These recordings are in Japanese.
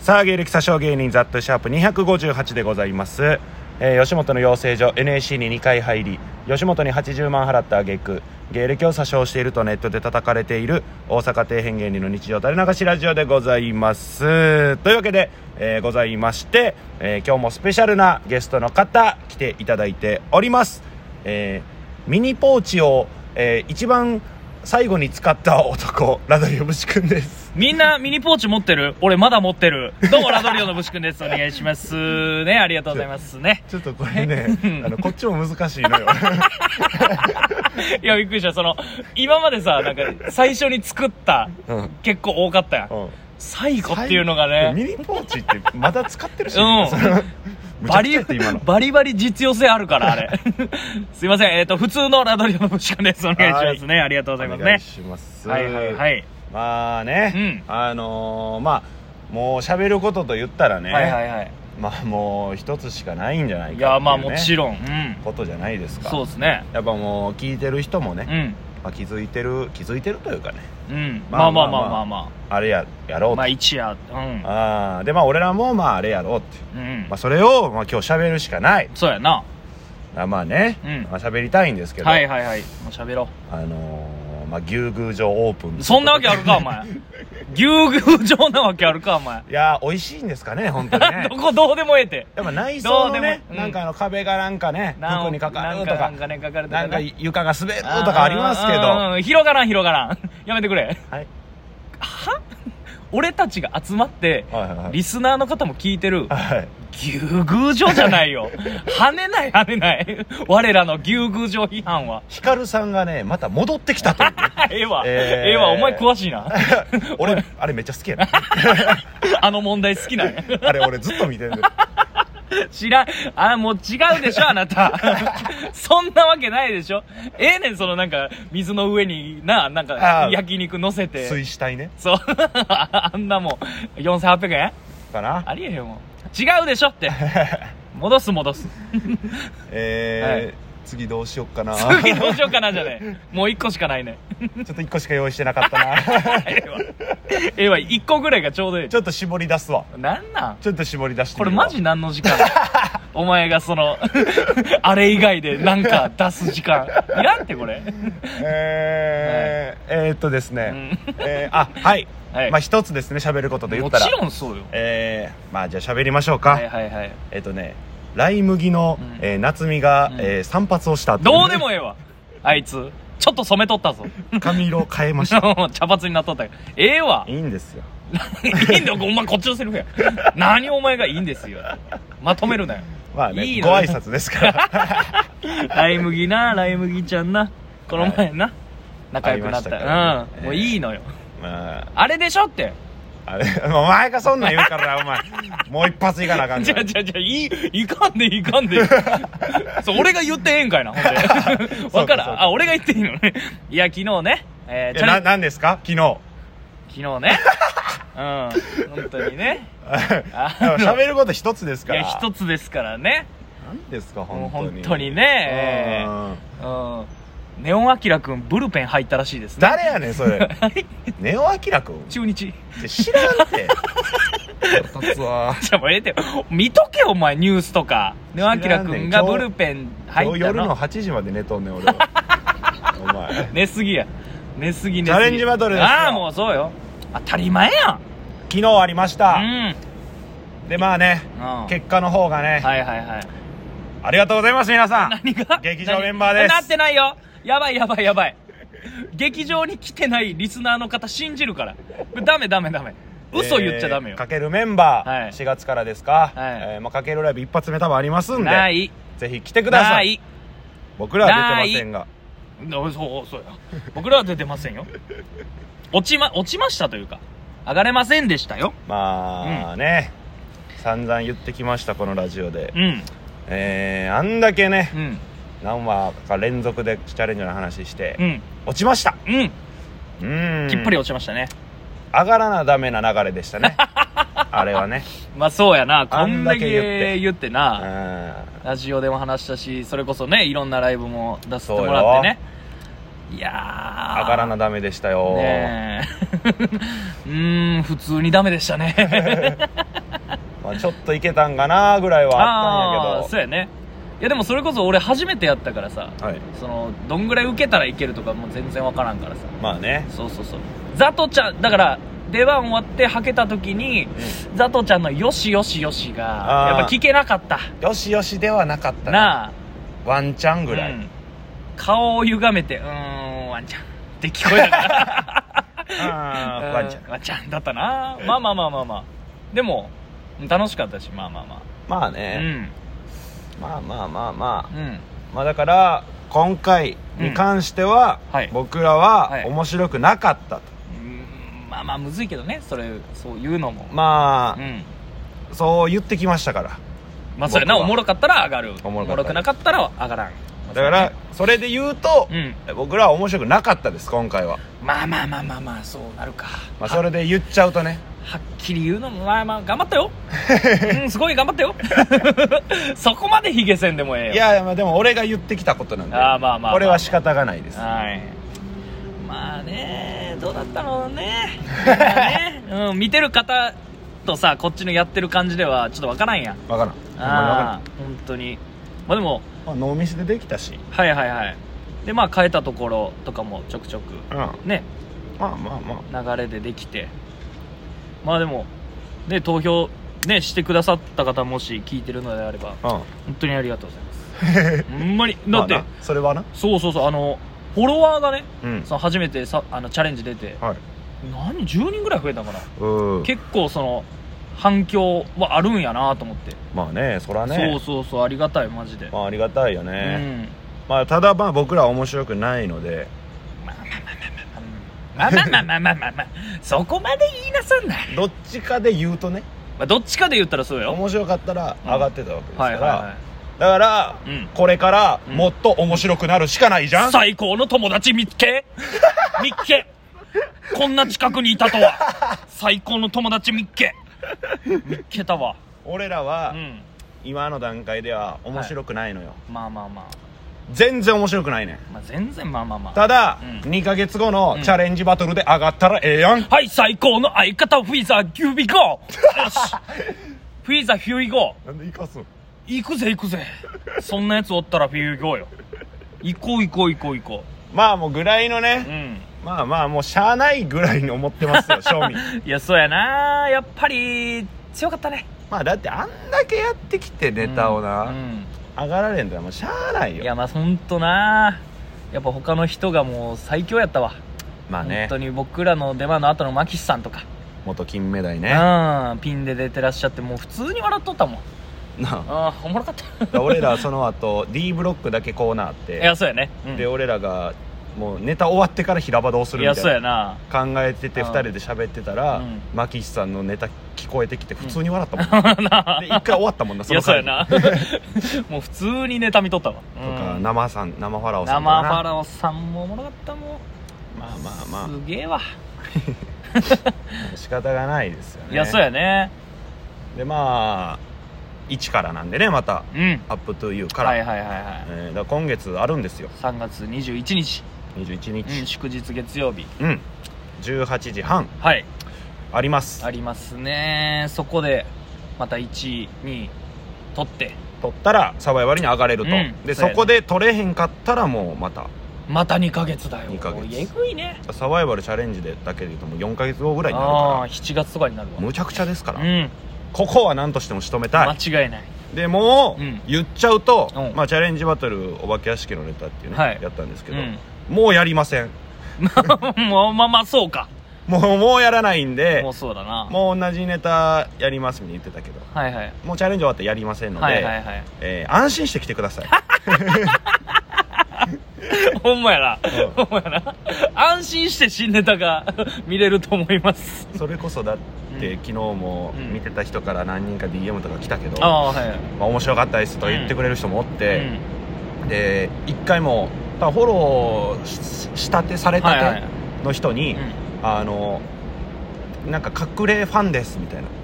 さあ芸歴詐称芸人ザットシャープ258でございます。吉本の養成所 NSC に2回入り、吉本に80万払った挙句芸歴を詐称しているとネットで叩かれている大阪底辺芸人の日常垂れ流しラジオでございます。というわけで、ございまして、今日もスペシャルなゲストの方来ていただいております。ミニポーチを、一番最後に使った男、ラドリオブシ君です。 みんなミニポーチ持ってる？俺まだ持ってる。どうもラドリオのブシ君です。お願いしますね。ありがとうございますね。 ちょっとこれねこっちも難しいのよいやびっくりした。今までさ、なんか最初に作った、結構多かったやん、最後っていうのがね。 ミニポーチってまだ使ってるし、 バリバリ実用性あるからあれすいません、普通のラドリオのブシ君です。お願いしますね。ありがとうございますね。 お願いします。 はいはいはい。 まあね、まあもう喋ることと言ったらね、 はいはいはい、 まあもう一つしかないんじゃないかっていう、ね、 いやまあもちろん、 ことじゃないですか。 そうですね。 やっぱもう聞いてる人もね、気づいてるというかね、まああれやろうと、 まあ一夜、 でまあ俺らもまああれやろうって、まあそれをまあ今日喋るしかない。 そうやな。 まあね、まあ喋りたいんですけど、 はいはいはい、もう喋ろう。 まあ牛宮城オープン。 そんなわけあるかお前牛宮城なわけあるかお前。 いや美味しいんですかね本当にねどうでもええて。 やっぱ内装のね、なんか壁がなんかね服にかかるとか、なんか床が滑るとかありますけど、 広がらんやめてくれ。 はいは俺たちが集まって、リスナーの方も聞いてる、牛宮城じゃないよ跳ねない我らの牛宮城批判は。 ヒカルさんがねまた戻ってきたというええわお前詳しいな俺あれめっちゃ好きやなあの問題好きなんやあれ俺ずっと見てる知らん。もう違うでしょあなたそんなわけないでしょ。なんか水の上になんか焼肉乗せて水死体ね。 そうあんなもん4800円かな。 ありえへんもん。違うでしょって戻す次どうしよっかな。 次どうしようかなじゃねえ、もう1個しかないねちょっと1個しか用意してなかったなええわ1個ぐらいがちょうどいい。 ちょっと絞り出すわ。ちょっと絞り出してこれマジ何の時間お前があれ以外でなんか出す時間いらんってこれですね、はい、まあ一つですね喋ることと言ったらもちろんそうよ。 まあじゃあ喋りましょうか。ライ麦の、夏美が、散髪をしたどうでもええわあいつちょっと染めとったぞ髪色変えました茶髪になっとったけどええわ。 いいんですよいいんだよお前こっちのセリフや何お前がいいんですよまとめるなよ。 まあねいいご挨拶ですからライ麦ちゃんなこの前な仲良くなったもういいのよ、あれでしょって。 あれお前がそんなん言うからお前もう一発いかなあかんじゃん。 じゃいかんでそう俺が言ってええんかいなほんで分からん。俺が言っていいのね。いや昨日ね、 何ですか昨日ね本当にね喋ること一つですから。 いや一つですからね。 何ですか本当にね。ネオンアキラくんブルペン入ったらしいですね。 誰やねんそれネオンアキラくん中日知らんって立つわ。 じゃあもうええって見とけお前ニュースとか。ネオンアキラくんがブルペン入ったの。 今日夜の8時まで寝とんねん俺はお前寝すぎやチャレンジバトルですよ。 もうそうよ当たり前やん。 昨日ありました、でまあね、結果の方がね、ありがとうございます皆さん。 何が劇場メンバーです。 なってないよ。やばい劇場に来てないリスナーの方信じるからダメ嘘言っちゃダメよ。 かけるメンバー、4月からですか、かけるライブ一発目多分ありますんでぜひ来てください。僕らは出てませんがそうや僕らは出てませんよ落ちましたというか上がれませんでしたよ。 まあね、散々言ってきましたこのラジオで、あんだけね、何話か連続でチャレンジの話して、落ちました。きっぱり落ちましたね。 上がらなダメな流れでしたねあれはね。 まあそうやな。こんだけ言ってな、ラジオでも話したし、それこそねいろんなライブも出させてもらってね。 いやー上がらなダメでしたよね普通にダメでしたねまあちょっといけたんかなぐらいはあったんやけど。 そうやね。いやでもそれこそ俺初めてやったからさ、 はい、 そのどんぐらい受けたらいけるとかもう全然わからんからさ。 まあね。 そうザトちゃんだから出番終わってはけた時に、ザトちゃんのよしよしよしがやっぱ聞けなかった。 よしよしではなかったなあ。 ワンチャンぐらい、 顔を歪めてワンチャンって聞こえたからワンチャンだったな。まあでも楽しかったし、まあね、まあだから今回に関しては、僕らは面白くなかったと、 まあむずいけどね、そういうのもまあ、そう言ってきましたから。 まあそれな、おもろかったら上がる、おもろくなかったら上がらん。 だからそれで言うと、僕らは面白くなかったです、今回は。 まあそうなるか。 まあそれで言っちゃうとね、 はっきり言うのもまあ頑張ったよすごい頑張ったよそこまでヒゲせんでもええよ。 いやまあでも俺が言ってきたことなんで、これは仕方がないです。 まあね、どうだったのね見てる方とさ、こっちのやってる感じではちょっとわからんやん。 わからん、 本当に。まあでもノーミスでできたし、 でまあ変えたところとかもちょくちょくね、流れでできて、まあでもね、投票ねしてくださった方もし聞いてるのであれば、本当にありがとうございますほんまに。だってそれはな、 そうフォロワーがね、その初めてチャレンジ出て、10人ぐらい増えたかな。結構その反響はあるんやなと思って。 まあね、そらね、 そうありがたい、マジで。 まあありがたいよね。まあただまあ僕らは面白くないので、 まあそこまで言いなさんな。 どっちかで言うとね、 どっちかで言ったらそうよ。 面白かったら上がってたわけですから、だから、これからもっと面白くなるしかないじゃん。 最高の友達見っけこんな近くにいたとは。最高の友達見っけたわ。 俺らは、今の段階では面白くないのよ。 まあ全然面白くないね。 全然ただ、2ヶ月後のチャレンジバトルで上がったらええやん。 はい、最高の相方フィーザーヒュービゴー。よしフィーザーヒュービゴー。 なんで行かすん。 行くぜそんなやつおったらフィービゴーよ。行こう。 まあもうぐらいのね、まあもうしゃあないぐらいに思ってますよ正味いやそうやな、やっぱり強かったね。 まあだってあんだけやってきてネタをな、上がられんとはもうしゃあないよ。 いやまあほんとな、やっぱ他の人がもう最強やったわ。 まあね、 本当に僕らの出番の後のマキシさんとか、 元金目鯛ね、 ピンで出てらっしゃって、もう普通に笑っとったもんな。おもろかった俺らその後 D ブロックだけコーナーあって、 いやそうやね、 で俺らがもうネタ終わってから平場どうするみたいな考えてて2人で喋ってたら、マキシさんのネタ聞こえてきて普通に笑ったもん、で一回終わったもんな、その回。 いやそうやなもう普通にネタ見とったわ。 とか生ファラオさん、 生ファラオさんもおもろかったもん。 まあすげえわ仕方がないですよね。 いやそうやね。 でまあ1からなんでね、また、アップトゥーユーから、だから今月あるんですよ。 3月21日、祝日月曜日、 18時半、ありますね。そこでまた1位2位取ったらサバイバルに上がれると、でそこで取れへんかったらもうまた 2ヶ月だよ。 2ヶ月えぐいね。 サバイバルチャレンジでだけで言うともう4ヶ月後ぐらいになるから、 7月とかになるわ。 むちゃくちゃですから、ここは何としても仕留めたい。 間違いない。 でもう、言っちゃうと、まあチャレンジバトルお化け屋敷のネタっていうね、やったんですけど、もうやりませんもうまあそうか、 もうやらないんで、 もうそうだな、 もう同じネタやりますみたいに言ってたけど、もうチャレンジ終わってやりませんので、安心して来てくださいほんまやな、安心して新ネタが見れると思います。 それこそだって昨日も見てた人から何人か DM とか来たけど、まあ面白かったですと言ってくれる人もおって、で一回もフォローしたてされたての人に、なんか隠れファンですみたいな、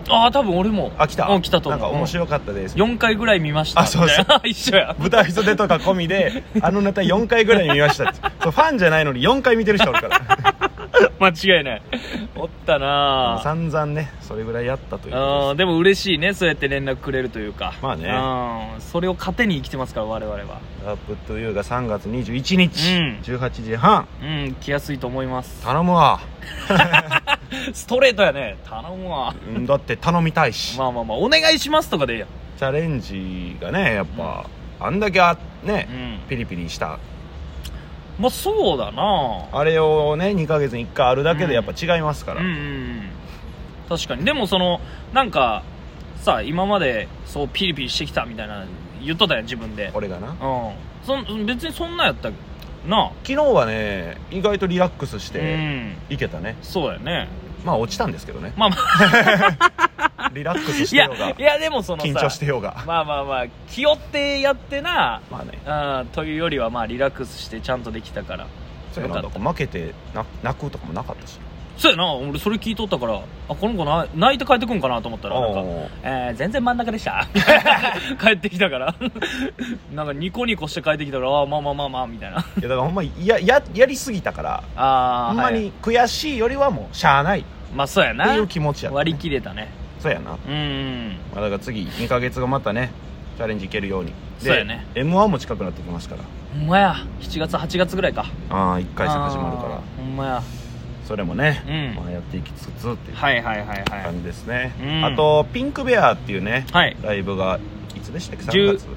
ああ多分俺も来たうん来たと思う。 なんか面白かったです、 4回ぐらい見ました。 そうそう一緒や。 舞台袖とか込みであのネタ4回ぐらい見ましたってそうファンじゃないのに4回見てる人おるから間違いない。おったな散々ねそれぐらいやったということでも嬉しいね、そうやって連絡くれるというか。 まあねそれを糧に生きてますから我々は。 アップトゥーユーが3月21日、18時半来やすいと思います。 頼むわストレートやね、頼むわ。 だって頼みたいし、 まあお願いしますとかでいいやん。 チャレンジがねやっぱ、あんだけピリピリしたまあそうだなあれをね2ヶ月に1回あるだけでやっぱ違いますから、 確かに。でもなんかさ今までそうピリピリしてきたみたいな言っとったやん自分で。 俺がな別にそんなやったな。 昨日はね意外とリラックスしていけたね。 そうやね。 まあ落ちたんですけどね。 まあリラックスしてようがいやでも緊張してようがまあ気負ってやってな、 まあね、 というよりはまあリラックスしてちゃんとできたから。 そうやな。負けて泣くとかもなかったし。 そうやな。俺それ聞いとったからこの子泣いて帰ってくんかなと思ったらなんか全然真ん中でした帰ってきたからなんかニコニコして帰ってきたからまあみたいな。いやだからほんまやりすぎたからほんまに悔しいよりはもうしゃあない。 まあそうやなっていう気持ちやった、ね、 割り切れたね。 そうやな。まあ、だから次2ヶ月後またねチャレンジいけるように。 そうやね。 M1 も近くなってきますから。 ほんまや7月8月ぐらいか。 1回戦始まるからほんまや。 それもね、まあ、やっていきつつっていう感じですね。あとピンクベアっていうね、ライブがいつでしたっけ。3月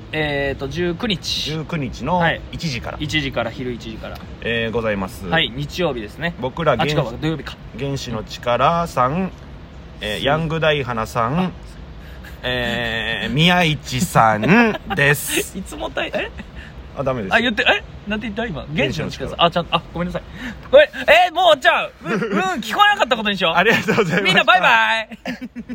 19日の1時から 1時から昼1時からございます。 日曜日ですね。 僕ら土曜日か。 原始の力さん、ヤング大花さん、宮市さんですいつもダメです。 言ってなんて言った今。原始の力さん。ちゃんとごめんなさい。これもう終わっちゃう。聞こえなかったことにしよう。 ありがとうございます。 みんなバイバイ